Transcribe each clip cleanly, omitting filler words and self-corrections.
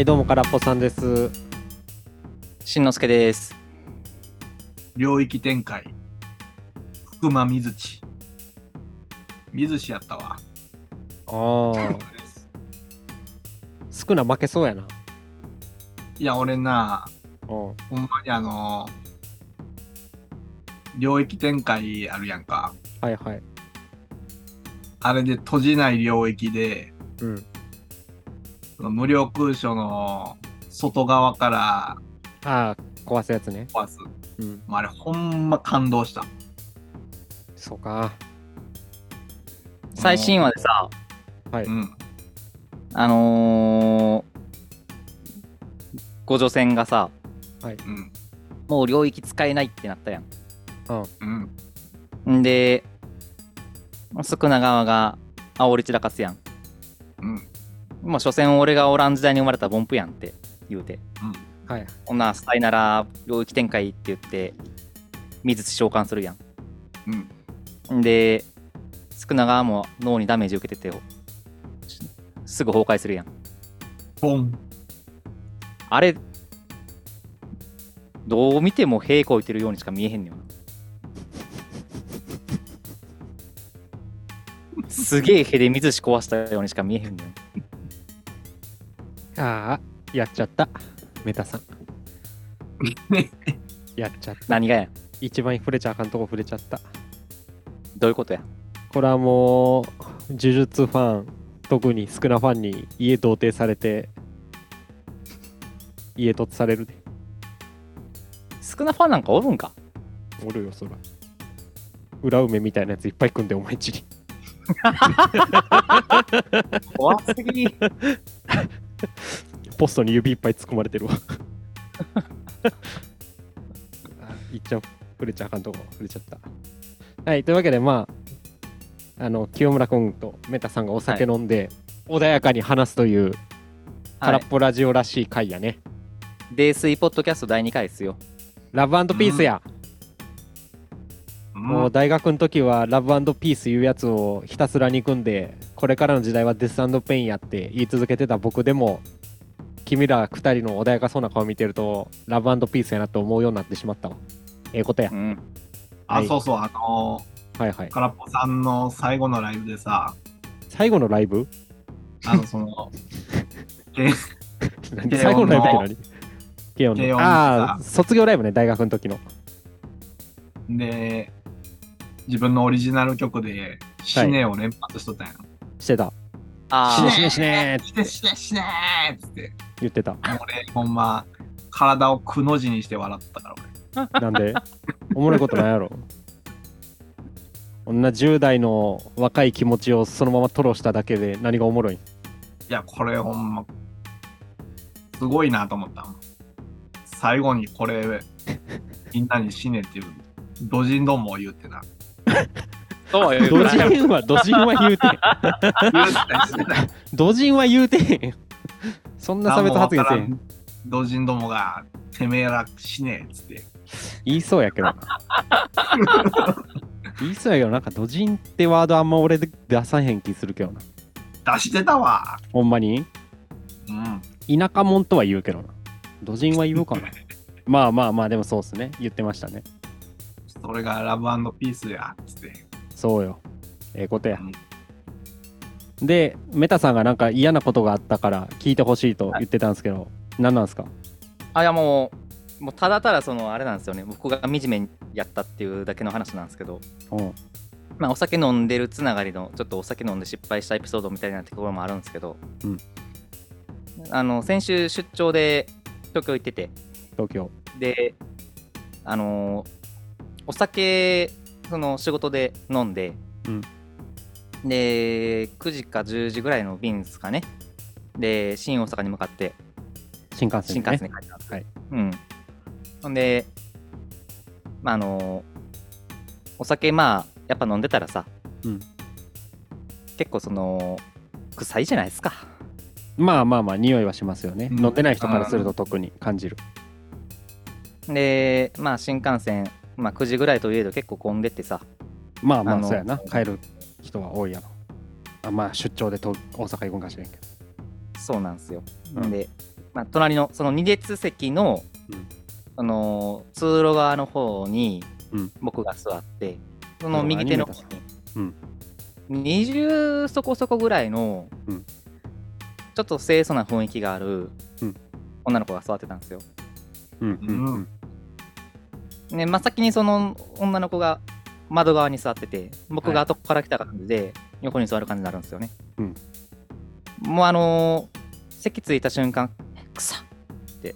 はいどうもからっぽさんです。 しんのすけです。 領域展開福間水地水地やったわ。 あ少な負けそうやな。 いや俺な、 うんほんまに領域展開あるやんか。 はいはい。 あれで閉じない領域でうん。 その無料空所の外側からああ壊すやつね。 壊す。 うん。 もうあれほんま感動した。 そうか。 最新話でさ、 はい。 うん。 五女戦がさ、 はい。 うんもう領域使えないってなったやん。 うんんで、スクナ側が煽り散らかすやん。 うんもう所詮俺がおらん時代に生まれたボンプやんって言うて。 はい。 こんなスタイなら領域展開って言って、水地召喚するやうんん。で、スクナ側も脳にダメージ受けてて、すぐ崩壊するやん。 ボン。 あれ、どう見ても屁こいてるようにしか見えへんねんよな。すげえ屁で水し壊したようにしか見えへんねん。 ああやっちゃった。メタさん。やっちゃった。 何がやん。 一番触れちゃあかんとこ触れちゃった。 どういうことや。 これはもう呪術ファン、特に少なファンに家童貞されて家突されるで。 少なファンなんかおるんか。 おるよそら。裏梅みたいなやついっぱい組んでお前んちに。 怖すぎ。 ポストに指いっぱい突っ込まれてるわ。いっちゃう触れちゃあかんとこ触れちゃった。はいというわけで清村君とメタさんがお酒飲んで、穏やかに話すという空っぽラジオらしい回やね。 泥酔ポッドキャスト第2回ですよ。 ラブ&ピースや、もう大学の時はラブ&ピースいうやつをひたすら憎んで、これからの時代はデス&ペインやって言い続けてた僕でも、君ら2人の穏やかそうな顔見てるとラブ&ピースやなと思うようになってしまったわ。ええことや。はいそうそうはいはい。 空っぽさんの最後のライブでさ、 最後のライブその最後のライブって何？慶応の。 慶応のああ、卒業ライブね、大学の時の。 で自分のオリジナル曲で死ねを連発しとったんやん。 してた。 あ死ね死ね死ねーって死ねーっつって言ってた。 俺ほんま体をくの字にして笑ったからなんでおもろいことないやろ。こんな10代の若い気持ちをそのまま吐露しただけで何がおもろいん？ いやこれほんますごいなと思ったもん。最後にこれみんなに死ねっていうドジンどもを言うってな。 そうよ。 ドジンは言うてん。ドジンは言うてへん。そんな差別発言せえへん。 ドジンどもがてめえら死ねっつって言いそうやけどな。言いそうやけど、なんかドジンってワードあんま俺で出さへん気するけどな。 出してたわ。 ほんまに田舎者とは言うけどな。ドジンは言うかな。まあまあまあ、でもそうっすね。言ってましたね。 それがラブ&ピースやっつって。 そうよ。ええことや。で、メタさんがなんか嫌なことがあったから聞いてほしいと言ってたんですけど、何なんですか？ いやもうただただあれなんですよね。僕が惨めやったっていうだけの話なんですけど、まあお酒飲んでるつながりのちょっとお酒飲んで失敗したエピソードみたいなところもあるんですけど、先週出張で東京行ってて、 東京でお酒その仕事で飲んで、で9時か10時ぐらいの便ですかね。で新大阪に向かって新幹線に帰ったんです。はい。ほんでお酒やっぱ飲んでたらさ、結構臭いじゃないですか。 まあまあまあ匂いはしますよね。飲んでない人からすると特に感じる。 で新幹線9時ぐらいといえど結構混んでってさ。 まあまあそうやな。帰る人は多いやろ。まあ出張で大阪行くんかしれんけど。 そうなんですよ。でまあ、隣のその2列席の、通路側の方に僕が座って、その右手の方に、20そこそこぐらいの、ちょっと清楚な雰囲気がある女の子が座ってたんですよ。ね、まあ、先にその女の子が窓側に座ってて、僕が後から来た感じで横に座る感じになるんですよね。もう席ついた瞬間、くさって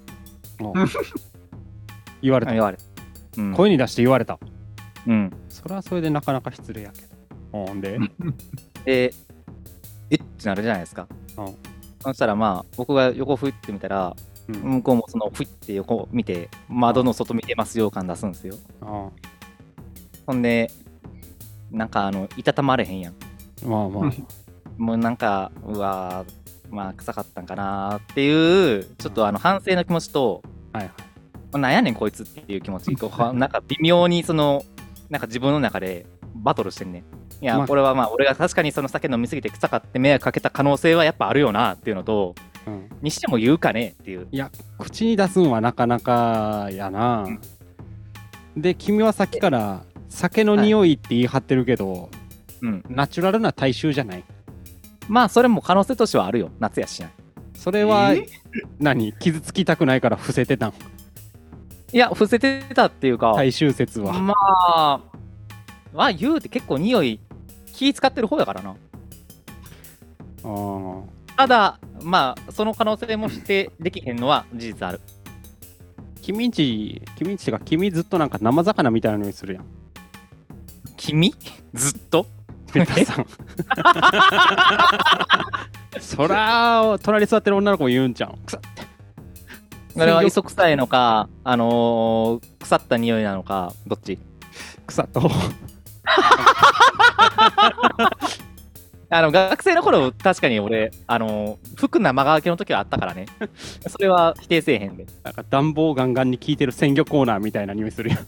言われた。声に出して言われた。それはそれでなかなか失礼やけど。でえってなるじゃないですか。そしたらまあ僕が横振ってみたら、向こうもそのふいって横見て窓の外見てますよ感出すんですよ。ほんでなんかいたたまれへんやん。もうなんかうわまあ臭かったんかなっていうちょっと反省の気持ちと、なんやねんこいつっていう気持ちなんか微妙にそのなんか自分の中でバトルしてんねん。いや、これはまあ俺が確かにその酒飲みすぎて臭かって迷惑かけた可能性はやっぱあるよなっていうのと、にしても言うかねっていう。 いや口に出すんはなかなかやな。で君はさっきから酒の匂いって言い張ってるけど、ナチュラルな体臭じゃない？ まあそれも可能性としてはあるよ、夏やしな。 それは何傷つきたくないから伏せてたん？ いや伏せてたっていうか体臭説はまあ言うて結構匂い気使ってる方やからな。ただまあその可能性も否定できへんのは事実ある。 君んちってか君ずっとなんか生魚みたいな匂いするやん。 君ずっとベタさんそら隣座ってる女の子も言うんちゃうん。腐ってそれは磯臭いのか腐った匂いなのかどっち？ 腐った方学生の頃確かに俺服生乾きの時はあったからねそれは否定せえへんで。 なんか暖房ガンガンに効いてる鮮魚コーナーみたいな匂いするやん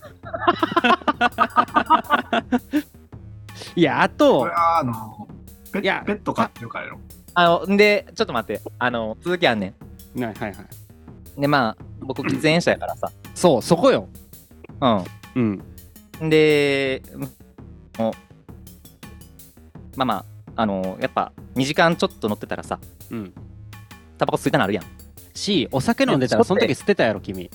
いやあとこれはペット飼ってるからやろ。でちょっと待って続きあんねん。 でまあ僕喫煙者やからさそこよ。 でまあやっぱ2時間ちょっと乗ってたらさタバコ吸いたなるやんし、お酒飲んでたらその時捨てたやろ君。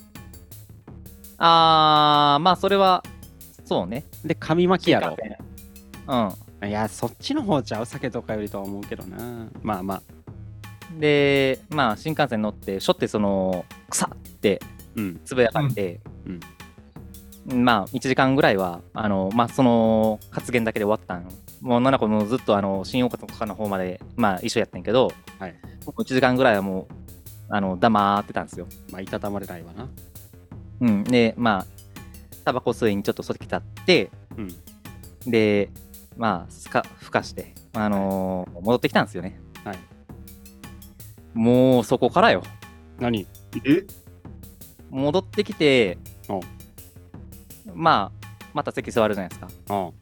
まあそれはそうね。 で紙巻きやろ。いやそっちの方ちゃう酒とかよりとは思うけどな。まあでまあ新幹線乗ってしょってその臭ってつぶやかれて、まあ1時間ぐらいはまあその発言だけで終わったん。もう7個もずっと新大阪とかの方までまあ一緒やったんやけど、1時間ぐらいはもう黙ってたんですよ。 まあいたたまれないわな。 でまあタバコ吸いにちょっと外来たって、でまあふかして戻ってきたんですよね。もうそこからよ。 何？ 戻ってきてまた席座るじゃないですか。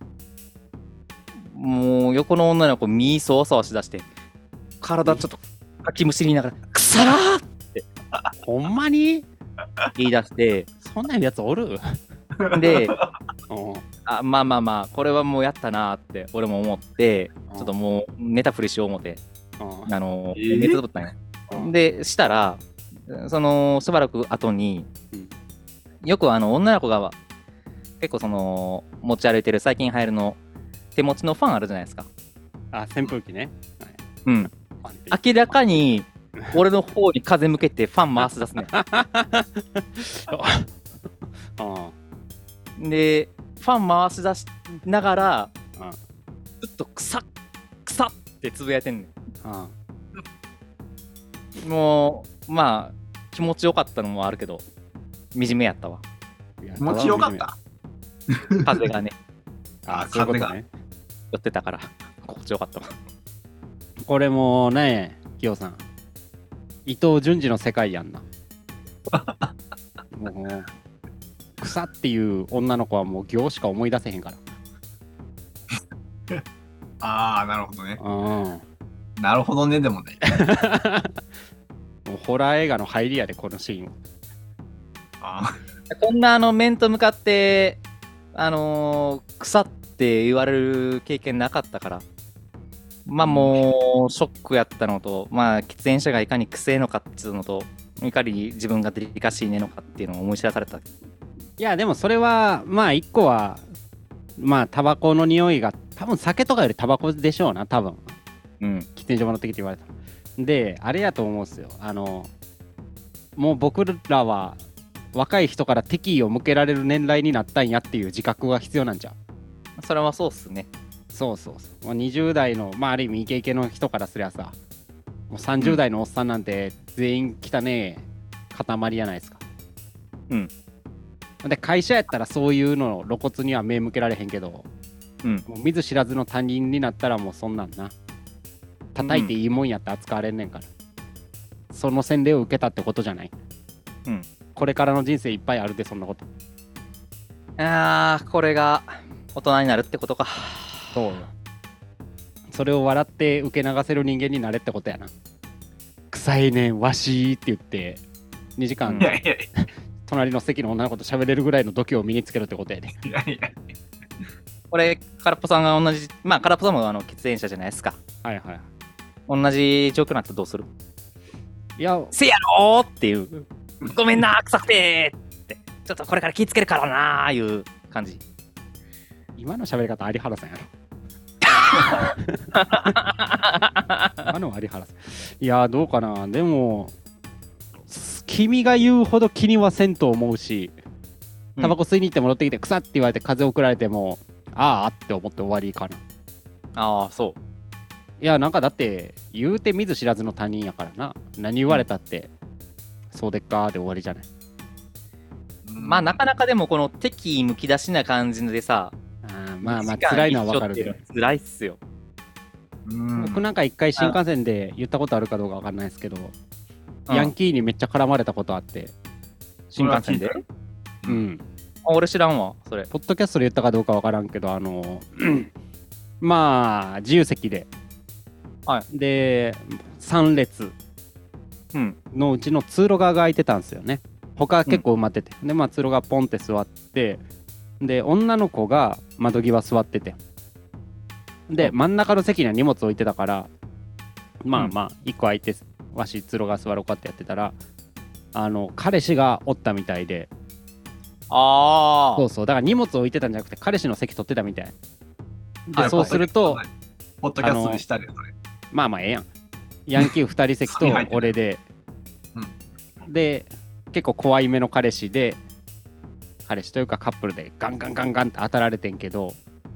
もう横の女の子身そわそわしだして体ちょっとかきむしりながら「くさー!」ってほんまに言い出してそんなやつおるでまあこれはもうやったなって俺も思ってちょっともう寝たふりしよう思って寝つぶったんや。でしたらそのしばらく後によく女の子が結構その持ち歩いてる最近流行るの手持ちのファンあるじゃないですか。 扇風機ね。 明らかに俺の方に風向けてファン回し出すねでファン回し出しながらずっとくさってつぶやいてんねん。もうまあ気持ちよかったのもあるけど惨めやったわ。 気持ちよかった。 風がね風が寄ってたから心地よかったわ。 これもねキヨさん伊藤潤二の世界やんなもう草っていう女の子はもう行しか思い出せへんからなるほどね。なるほどねでもねもうホラー映画の入りやでこのシーンは。 あこんな面と向かって草って言われる経験なかったから、まあもうショックやったのと、まあ喫煙者がいかに臭いのかっていうのと、いかに自分がデリカシーねのかっていうのを思い知らされた。 いやでもそれはまあ一個はまあタバコの匂いが多分酒とかよりタバコでしょうな多分。喫煙所戻ってきて言われた。であれやと思うんですよ。もう僕らは若い人から敵意を向けられる年代になったんやっていう自覚が必要なんじゃん。 それはそうっすね。 そうそうそう。もう20代のまあある意味イケイケの人からすりゃさ、もう30代のおっさんなんて全員汚ねえ塊やないですか。で会社やったらそういうの露骨には目向けられへんけど、もう見ず知らずの他人になったらもうそんなんな叩いていいもんやって扱われんねんから、その洗礼を受けたってことじゃない。これからの人生いっぱいあるでそんなこと。 これが大人になるってことか。 そうよ。それを笑って受け流せる人間になれってことやな。臭いねんわしって言って2時間隣の席の女の子と喋れるぐらいの度胸を身につけるってことやで。 いやいやこれ空っぽさんが同じ、まあ空っぽさんも喫煙者じゃないですか。 はいはい。 同じ状況になったらどうする？ いやせやろーっていう、ごめんな臭くてーってちょっとこれから気ぃつけるからなーいう感じ。 今の喋り方有原さんやろ。今の有原さん。いやどうかな。でも君が言うほど気にはせんと思うし、タバコ吸いに行って戻ってきて臭って言われて風送られてもああって思って終わりかな。 ああそう。 いやなんかだって言うて見ず知らずの他人やからな。何言われたって、そうでっかーで終わりじゃない。 まあなかなかでもこの敵意むき出しな感じでさ、 まあまあ辛いのはわかるけど。 辛いっすよ。 僕なんか一回新幹線で言ったことあるかどうかわかんないですけど、ヤンキーにめっちゃ絡まれたことあって。 新幹線で？俺知らんわそれ。 ポッドキャストで言ったかどうかわからんけどまあ自由席で、で3列のうちの通路側が空いてたんですよね。他は結構埋まってて、でまあ通路側ポンって座って、で女の子が窓際座ってて、で真ん中の席には荷物置いてたから、まあまあ1個空いてわし通路側座ろうかってやってたら、彼氏がおったみたいで。そうそう、だから荷物置いてたんじゃなくて彼氏の席取ってたみたいで、そうするとポッドキャストでしたねそれ。 まあまあええやん。ヤンキー2人席と俺でで結構怖い目の彼氏で、彼氏というかカップルでガンガンガンガンって当たられてんけど、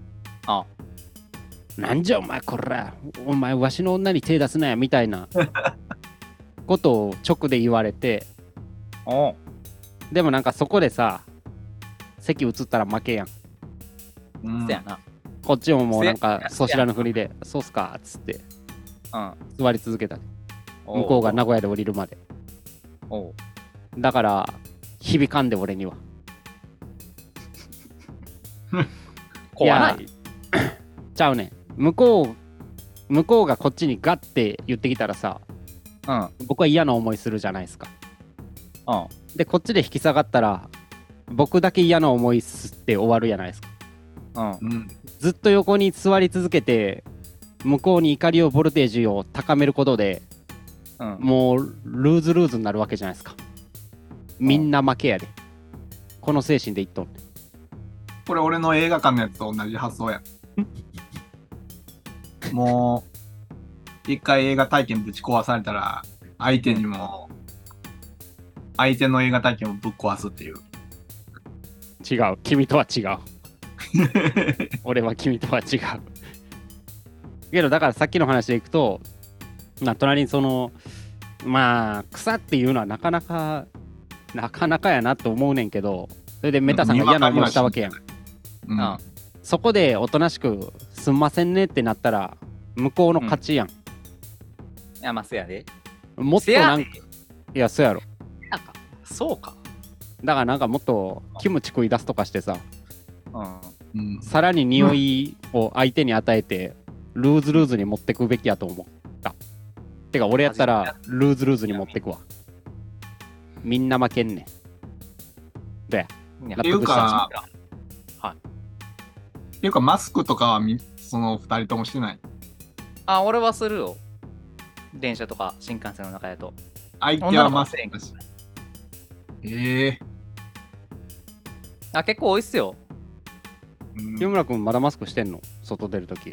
なんじゃお前こら、お前わしの女に手出すなやみたいなことを直で言われて、でもなんかそこでさ席移ったら負けやん。 そやな。 こっちももうなんかそしらのふりでそうっすかっつって座り続けた。向こうが名古屋で降りるまで。だから響かんで俺には。 怖ない。 ちゃうねん。向こうがこっちにガッて言ってきたらさ、僕は嫌な思いするじゃないですか。でこっちで引き下がったら僕だけ嫌な思いして終わるじゃないですか。ずっと横に座り続けて向こうに怒りをボルテージを高めることで、もうルーズルーズになるわけじゃないですか。みんな負けやで。この精神でいっとんねん。 これ俺の映画館のやつと同じ発想や。もう一回映画体験ぶち壊されたら相手にも相手の映画体験をぶっ壊すっていう。 違う、君とは違う。俺は君とは違う。けどだからさっきの話でいくと、隣にそのまあ草っていうのはなかなかやなと思うねんけど、それでメタさんが嫌な思いしたわけやん。そこでおとなしくすんませんねってなったら向こうの勝ちやん。 いやまあせやで。 もっとなんかいやそうやろ。 そうか。 だからなんかもっとキムチ食い出すとかしてさ、さらに匂いを相手に与えてルーズルーズに持ってくべきやと思った。 てか俺やったらルーズルーズに持ってくわ。みんな負けんねん。どうや。 っていうか、 はい。 っていうかマスクとかはその2人ともしてない。 あ、俺はするよ。電車とか新幹線の中やと。 相手はマスクだし。 あ、結構多いっすよ。 清村君まだマスクしてんの？外出るとき。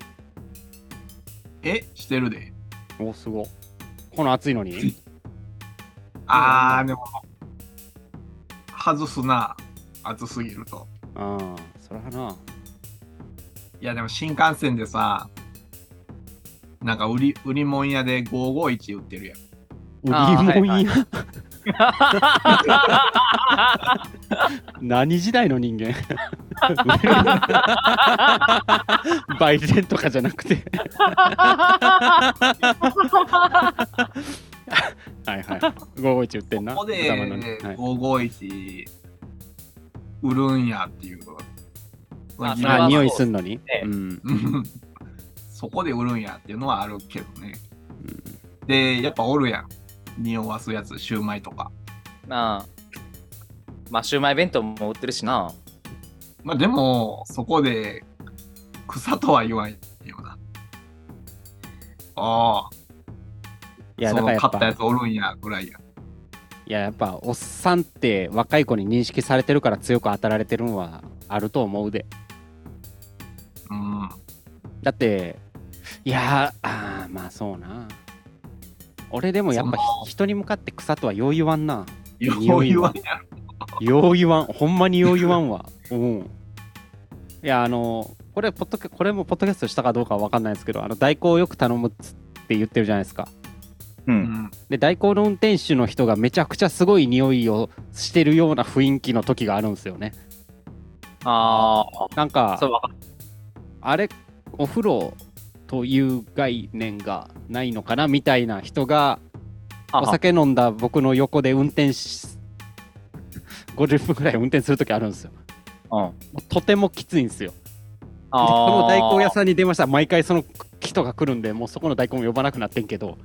してるで。 お、すご。この暑いのにでも外すな、暑すぎると。 ああ、そらな。 いやでも新幹線でさ、なんか売り物屋で551売ってるやん。 売り物屋何時代の人間売店とかじゃなくてはいはい551売ってんな。 ここで551売るんやっていう。 匂いすんのに、 そこで売るんやっていうのはあるけどね。でやっぱおるやん、匂わすやつ、シューマイとか。 まあシューマイ弁当も売ってるしな。 まあでもそこで草とは言わんよな。 いやだからやっぱ買ったやつおるんやぐらいや。 いややっぱおっさんって若い子に認識されてるから強く当たられてるのはあると思うで。だっていやまあそうな。俺でもやっぱ人に向かって草とはよう言わんな。 よう言わんやろ。 よう言わん、ほんまによう言わんわ。いやこれもポッドキャストしたかどうかは分かんないですけど、代行をよく頼むって言ってるじゃないですか。で代行の運転手の人がめちゃくちゃすごい匂いをしてるような雰囲気の時があるんですよね。なんかあれお風呂という概念がないのかなみたいな人がお酒飲んだ僕の横で運転50分ぐらい運転する時あるんですよ。とてもきついんですよ。その代行屋さんに電話したら毎回その人が来るんで、もうそこの代行も呼ばなくなってんけど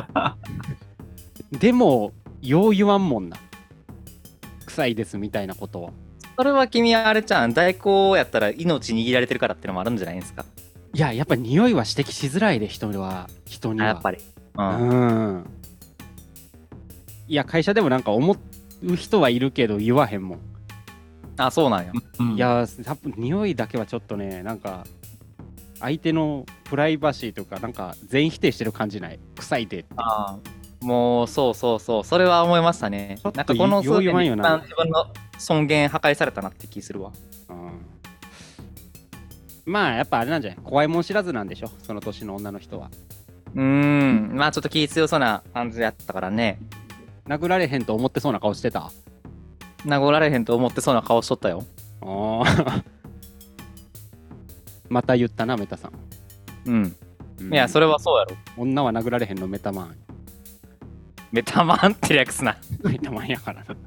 でもよう言わんもんな、臭いですみたいなことは。 それは君あれちゃん、代行やったら命握られてるからってのもあるんじゃないですか。 いややっぱ匂いは指摘しづらいで、人には。 やっぱりいや会社でもなんか思う人はいるけど言わへんもん。 そうなんや。 いや匂いだけはちょっとね、なんか相手のプライバシーとかなんか全否定してる感じない？臭いでって。 もうそうそれは思いましたね。なんかこの数年で一番自分の尊厳破壊されたなって気するわ。 まあやっぱあれなんじゃない？怖いもん知らずなんでしょ、その年の女の人は。 まあちょっと気強そうな感じやったからね。 殴られへんと思ってそうな顔してた？ 殴られへんと思ってそうな顔しとったよ。 また言ったなメタさん。 いやそれはそうやろ。 女は殴られへんのメタマン。 メタマンって略すな。 メタマンやからな。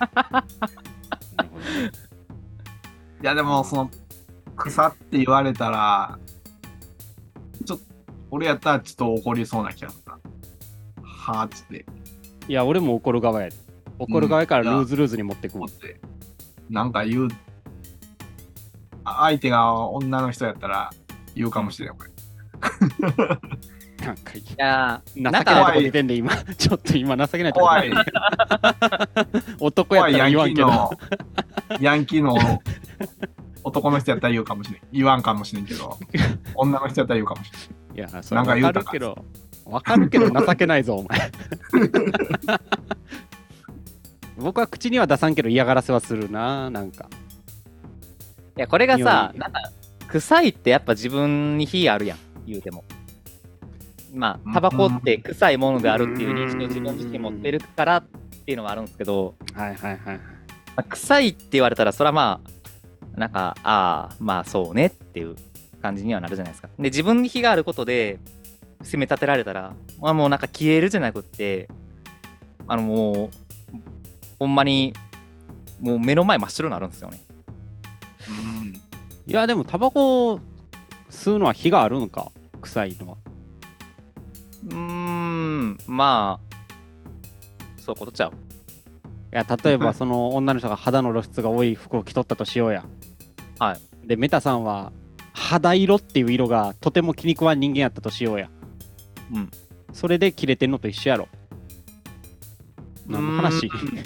いやでもその草って言われたらちょっと俺やったらちょっと怒りそうな気がするな。はーっつって。 いや俺も怒る側やで。怒る側やからルーズルーズに持ってくもん。 なんか言う、相手が女の人やったら言うかもしれんこれ。 なんかいや情けないとこ出てんで今ちょっと今情けないとこ怖い男やったら言わんけどヤンキーの男の人やったら言うかもしれん、言わんかもしれんけど女の人やったら言うかもしれん。 いやそれ分かるけど情けないぞお前僕は口には出さんけど嫌がらせはするな。なんかいやこれがさ、なんか臭いってやっぱ自分に非あるやん言うても。まあタバコって臭いものであるっていう認識を自分自身持ってるからっていうのはあるんですけど、臭いって言われたらそれはまあなんかまあそうねっていう感じにはなるじゃないですか。で自分に非があることで責め立てられたら、もうなんか消えるじゃなくってもうほんまにもう目の前真っ白になるんですよね。 いやでもタバコ吸うのは火があるのか、臭いのは。 まあそういうことちゃう。 いや例えばその女の人が肌の露出が多い服を着とったとしようや。 はい。 でメタさんは肌色っていう色がとても気に食わん人間やったとしようや。 うん。 それでキレてんのと一緒やろ。何の話？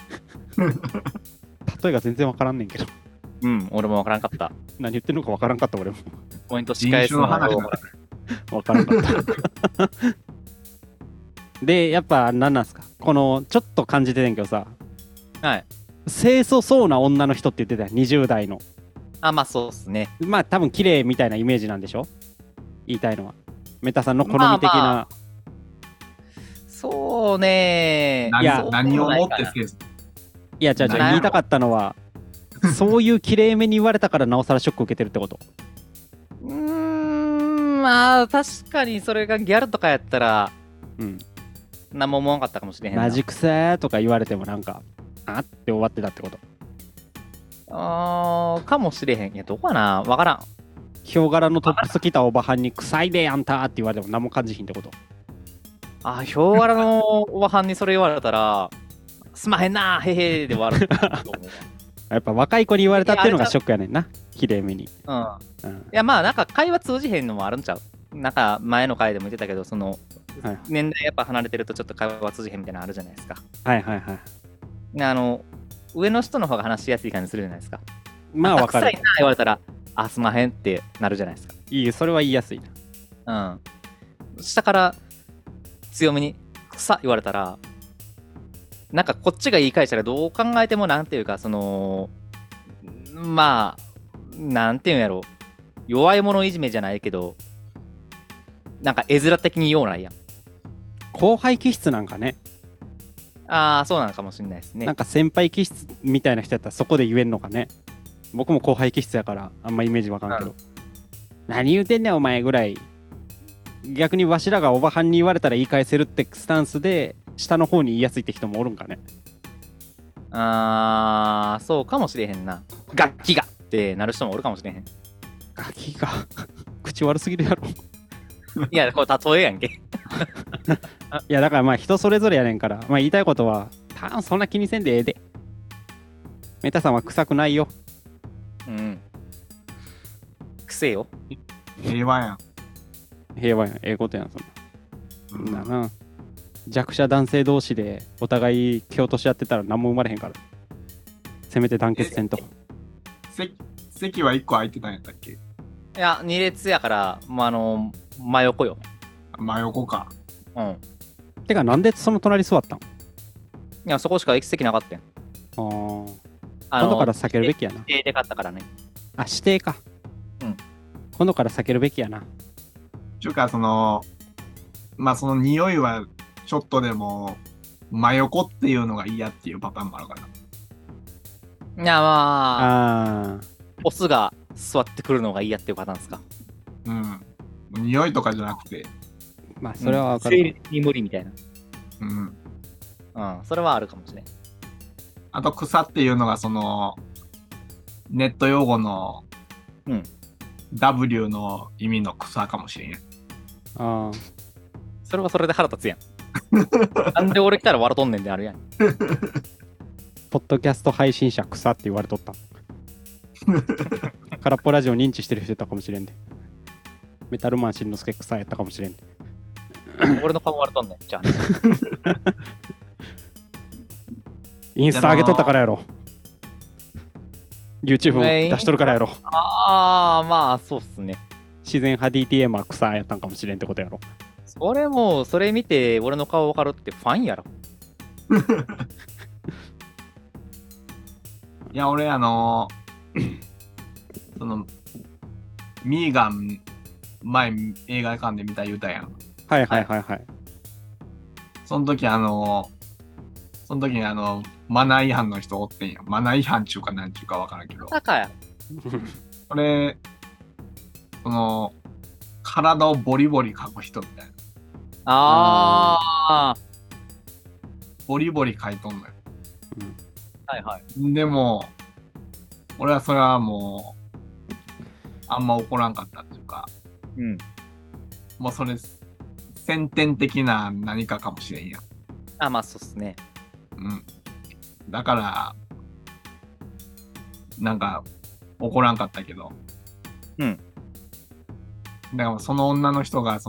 例えが全然わからんねんけど。 うん、俺もわからんかった。 何言ってんのかわからんかった俺も。 ポイント仕返すの人種の話だわからんかった。でやっぱ何なんすか、このちょっと感じててんけどさ、 はい。 清楚そうな女の人って言ってたよ、20代の。 あ、まあそうっすね。 まあ多分綺麗みたいなイメージなんでしょ、言いたいのは。メタさんの好み的な、 まあそうねいや何をもってすいや違う違う、 なんやろ言いたかったのはそういう綺麗めに言われたからなおさらショック受けてるってこと。 まあ確かにそれがギャルとかやったらうん、 何も思わんかったかもしれへんな。 マジくせーとか言われてもなんかあって終わってたってこと。 かもしれへん。いやどこかな、わからん。 ヒョウ柄のトップス着たおばはんに臭いであんたって言われても何も感じひんってこと。 ヒョウ柄のおばはんにそれ言われたらすまへんなへへで終わると思う。 やっぱ若い子に言われたっていうのがショックやねんな、綺麗めに。 うん。 うん、 いやまあなんか会話通じへんのもあるんちゃう。なんか前の回でも言ってたけど、その、 はい、 年代やっぱ離れてるとちょっと会話通じへんみたいなのあるじゃないですか。 はいはいはい。 上の人の方が話しやすい感じするじゃないですか。 まあわかる。 臭いな言われたらすまへんってなるじゃないですか。 いい、それは言いやすいな。うん。下から強めに臭言われたら、なんかこっちが言い返したらどう考えてもなんていうか、そのまあなんていうんやろ、弱い者いじめじゃないけど、なんか絵面的にようないやん。 後輩気質なんかね。 そうなのかもしれないですね。 なんか先輩気質みたいな人やったらそこで言えんのかね。僕も後輩気質やからあんまイメージわかんけど、何言うてんねんお前ぐらい、逆にわしらがおばはんに言われたら言い返せるってスタンスで下の方に言いやすいって人もおるんかね。 そうかもしれへんな。楽器がってなる人もおるかもしれへん。 ガキが口悪すぎるやろ。 いや、これ例えやんけ。 いやだからまあ人それぞれやねんから、まあ言いたいことは多分そんな気にせんでええで。メタさんは臭くないよ。 うん。くせえよ。 平和やん。 平和やん、ええことやん、そんな。 うんな弱者男性同士でお互い蹴落とし合ってたら何も生まれへんから。せめて団結せんと。 席は1個空いてたんやったっけ？ いや、2列やから、真横よ。 真横か。 うん。 てかなんでその隣座ったん？ いや、そこしか席なかったん。 今度から避けるべきやな。 指定で買ったからね。 指定か。 うん。 今度から避けるべきやな。 ちゅうか、その匂いはちょっとでも真横っていうのが嫌っていうパターンもあるから。 いや、まあ、オスが座ってくるのが嫌っていうパターンですか。 うん。匂いとかじゃなくて。 まあそれはわかる。 生理的に無理みたいな。 うん。 うん、それはあるかもしれん。 あと草っていうのがそのネット用語の、 うん、 W の意味の草かもしれん。 それはそれで腹立つやん。なんで俺来たら笑とんねんであるやん。 ポッドキャスト配信者草って言われとった。空っぽラジオ認知してる人いたかもしれんで。メタルマンしんのすけ草やったかもしれんで。 俺の顔笑とんねん。じゃあ。 インスタ上げとったからやろ。YouTube を出しとるからやろ。 まあそうっすね。 自然派 DTM は草やったんかもしれんってことやろ。 それ見て俺の顔分かるってファンやろ。 いや、俺そのミーガン前映画館で見た言うたやん。 はいはいはいはい。 その時にマナー違反の人おってんや。マナー違反ちゅうかなんちゅうかわからんけど。 高や。 これ、体をボリボリ描く人みたいな。ボリボリ描いとんのよ。 はいはい。 でも、俺はそれはもう、あんま怒らんかったっていうか、 うん。 もうそれ、 先天的な何かかもしれんやん。 あ、まあそうっすね。 うん。だから、なんか、怒らんかったけど。 うん。 だからその女の人が、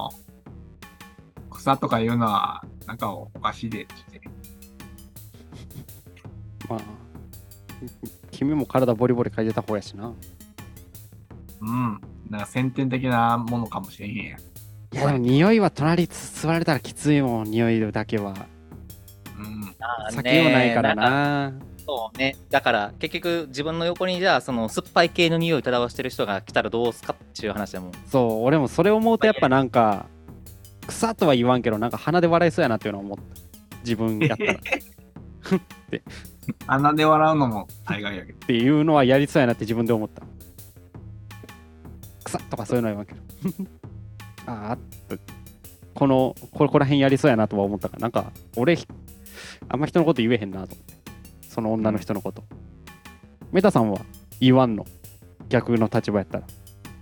草とか言うのは、なんかおかしいでって言って。 まあ、君も体ボリボリ嗅いでた方やしな。 うん。なんか先天的なものかもしれへんやん。 いやでも匂いは隣座られたらきついもん、匂いだけは。 うん。 避けようないからな。 そうね。だから結局自分の横にじゃあその酸っぱい系の匂いを漂わしてる人が来たらどうすかっていう話だもん。 そう、俺もそれを思うとやっぱなんか、草とは言わんけど、なんか鼻で笑いそうやなっていうのを思った。自分やったら。 鼻で笑うのも大概やけど。 っていうのはやりそうやなって自分で思った。草とかそういうのは言わんけど。ああってここら辺やりそうやなとは思ったから、なんか俺あんま人のこと言えへんなと思って、その女の人のこと、メタさんは言わんの？逆の立場やったら。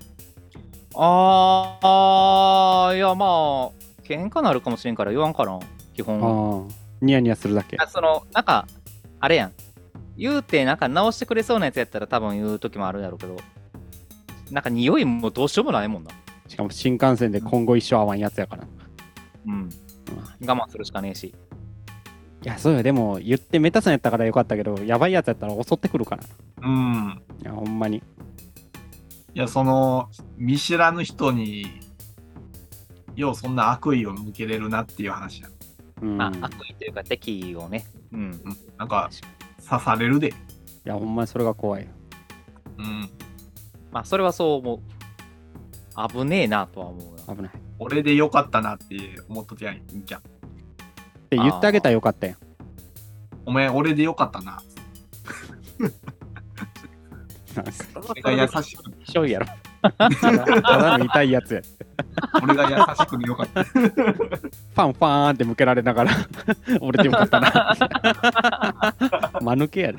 いやまあ喧嘩なるかもしれんから言わんかな基本は。 ニヤニヤするだけ。 なんかあれやん、言うてなんか直してくれそうなやつやったら多分言う時もあるやろうけど、なんか匂いもどうしようもないもんな。 しかも新幹線で今後一生会わんやつやから。 うん。我慢するしかねえし。いや、そうよ。でも言ってメタさんやったからよかったけど、やばいやつやったら襲ってくるから。 うん。 いや、ほんまに。 いや、見知らぬ人に、ようそんな悪意を向けれるなっていう話や。 まあ、悪意というか敵をね。うん。 なんか、刺されるで。いや、ほんまにそれが怖い。 うん。 まあ、それはそう思う。危ねえなとは思うな。 危ない。 俺でよかったなって思っとってやんじゃん。 って言ってあげたらよかったやん。 お前、俺でよかったな。俺が優しく。 ひどいやろ。ただの痛いやつや。 俺が優しくでよかった。 ファンって向けられながら俺でよかったな。間抜けやで。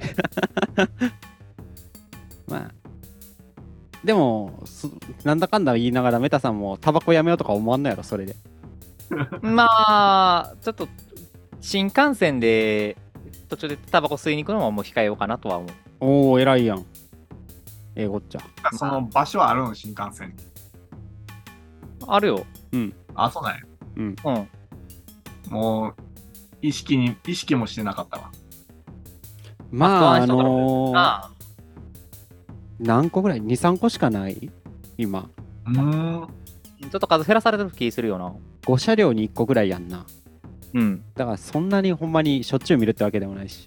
まあでもなんだかんだ言いながらメタさんもタバコやめようとか思わんのやろそれで。 まあちょっと新幹線で途中でタバコ吸いに行くのはもう控えようかなとは思う。 おお偉いやん。英語っちゃ。 その場所はあるの、新幹線に。 あるよ。 うん。 あ、そうなんや。 うん。 もう、意識もしてなかったわ。 まあ何個ぐらい ?2、3個しかない今。 ちょっと数減らされてる気するよな。 5車両に1個ぐらいやんな。 うん。 だからそんなにほんまにしょっちゅう見るってわけでもないし。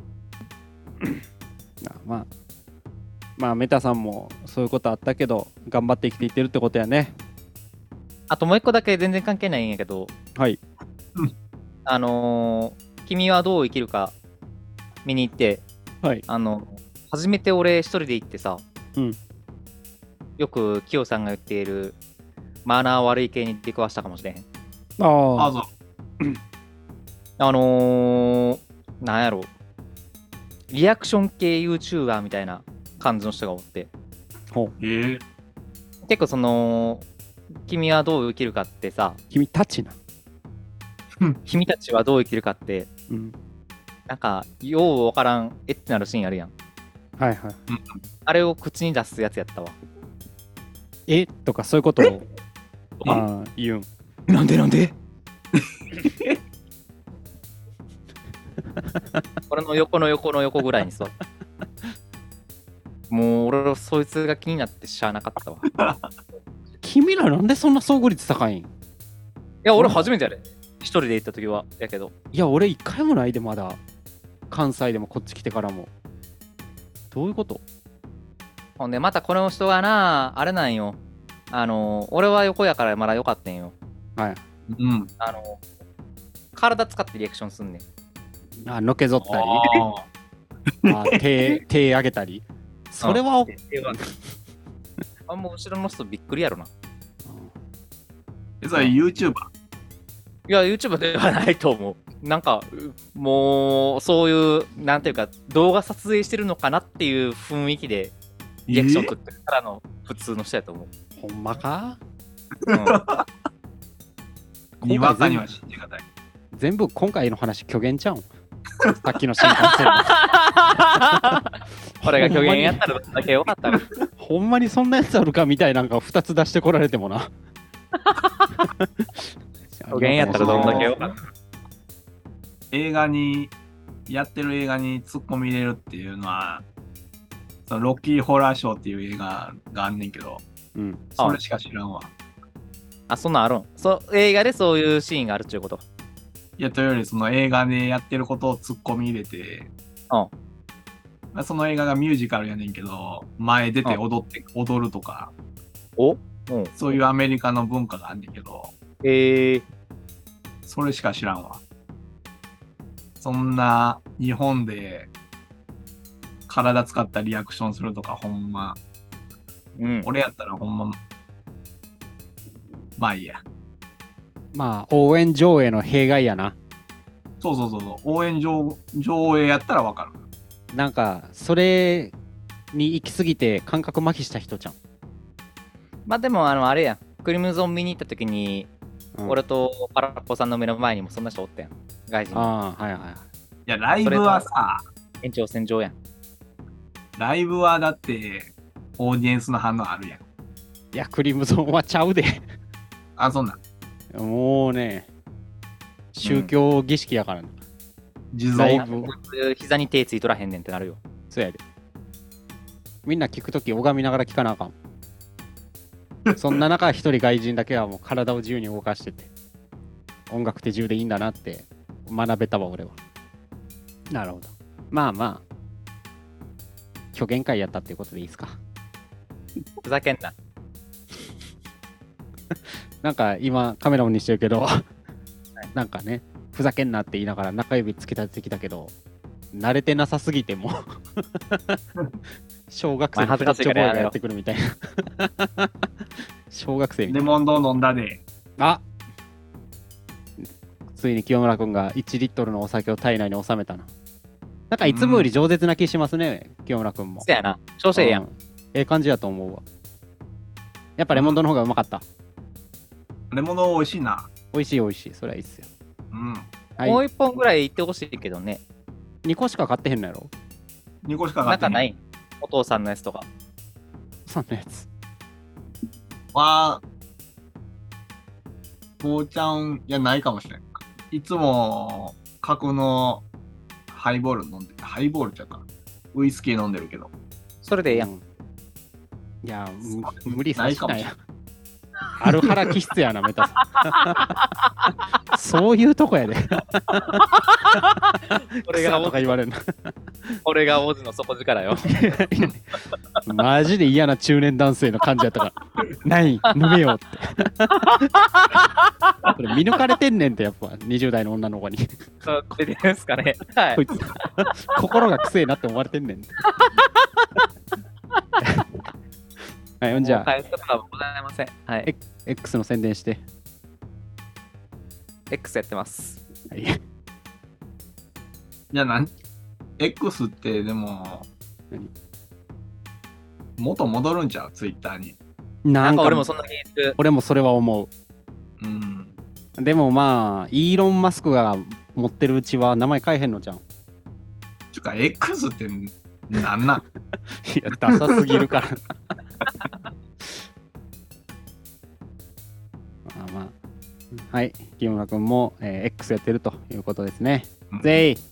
まあメタさんもそういうことあったけど頑張って生きていってるってことやね。 あともう一個だけ全然関係ないんやけど、 はい。 君はどう生きるか見に行って、 はい。 初めて俺一人で行ってさ、 うん。 よくキヨさんが言っているマナー悪い系に出くわしたかもしれへん。 ああ、そう。 なんやろ、リアクション系 YouTuber みたいな感じの人がおって、結構君はどう生きるかってさ、 君たちな。 君たちはどう生きるかって、 うん、 なんかようわからんってなるシーンあるやん。 はいはい。 あれを口に出すやつやったわ。 とかそういうことを言うん。 なんで俺の横の横ぐらいにさ。もう俺はそいつが気になってしゃあなかったわ。 君らなんでそんな遭遇率高いん？いや俺初めてやで。一人で行った時はやけど。 いや俺一回もないで、まだ関西でもこっち来てからも。どういうこと？ ほんでまたこの人がな、あれなんよ。俺は横やからまだよかったんよ。 はい。 うん。 体使ってリアクションすんねん。 のけぞったり手上げたり。それはもう後ろの人びっくりやろな。 それ YouTuber？ いや YouTuber ではないと思う。なんかもうそういうなんていうか動画撮影してるのかなっていう雰囲気でリアクション取ってるからの普通の人やと思う。 ほんまか？ にわかには信じがたい。 全部今回の話虚言ちゃうん。さっきの新幹線の。 これが虚言やったらどんだけよかったの。 ほんまにそんなやつあるかみたいなんか2つ出してこられてもな。 虚言やったらどんだけよかった。 やってる映画に突っ込み入れるっていうのは、そのロッキーホラーショーっていう映画があんねんけど、 うん、 それしか知らんわ。 あ、そんなんあるん？映画でそういうシーンがあるっちゅうこと？ いや、というよりその映画でやってることを突っ込み入れて、まあ、その映画がミュージカルやねんけど、前出て踊るとか、そういうアメリカの文化があんねんけど、それしか知らんわ。そんな日本で体使ったリアクションするとかほんま、俺やったらほんま、まあいいや。 まあ応援上映の弊害やな。 そう応援上映やったらわかる。 なんかそれに行き過ぎて感覚麻痺した人じゃん。 まあでもあれやん、クリムゾン見に行った時に、俺とパラッポさんの目の前にもそんな人おったやん、外人。 はいはい。いやライブはさ、 延長線上やん。 ライブはだってオーディエンスの反応あるやん。 いやクリムゾンはちゃうで。 あ、そんなん。 もうね、宗教儀式やからな。 地蔵膝に手ついとらへんねんってなるよ。 そうやで。みんな聞くとき拝みながら聞かなあかん。そんな中一人外人だけはもう体を自由に動かしてて、音楽って自由でいいんだなって学べたわ俺は。なるほど。まあまあ虚言会やったっていうことでいいですか。 ふざけんな。 なんか今カメラオンにしてるけどなんかね、ふざけんなって言いながら中指つけたってきたけど、慣れてなさすぎても小学生のプラッチョボーイがやってくるみたいな小学生みたいな。 レモンド飲んだで。 あ、ついに清村君が1リットルのお酒を体内に収めたな。なんかいつもより饒舌な気しますね、清村君も。 そうやな、調子ええやん。 ええ感じやと思うわ。やっぱレモンドの方がうまかった。 レモンド美味しいな。 美味しい、それはいいっすよ。 はい、もう1本ぐらいいってほしいけどね。 2個しか買ってへんのやろ。 2個しか買ってへん。 なんかない？お父さんのやつとか。 お父さんのやつ父ちゃんいやないかもしれん。いつも角のハイボール飲んで、ハイボールちゃうか、ウイスキー飲んでるけど。 それでええやん。 いや無理させないや。アルハラ気質やな、メタさん。そういうとこやで。 俺がとか言われるの。 俺がオズの底力よ。 マジで嫌な中年男性の感じやったから。ない飲めよって。これ見抜かれてんねんって、やっぱ20代の女の子に。 これでですかね。はい。 こいつ心がくせえなって思われてんねん。はい、じゃあ返すことはございません。はい。 X の宣伝して。 X やってます。 はい。 いや、X ってでも、元戻るんちゃう？ツイッターに。 なんか俺もそんな気がする。 俺もそれは思う。でもまあ、イーロン・マスクが持ってるうちは名前変えへんのじゃん。 ちゅうか、X ってなんなん？ いや、ダサすぎるから。まあ、はい、清村君も、X やってるということですね。ぜい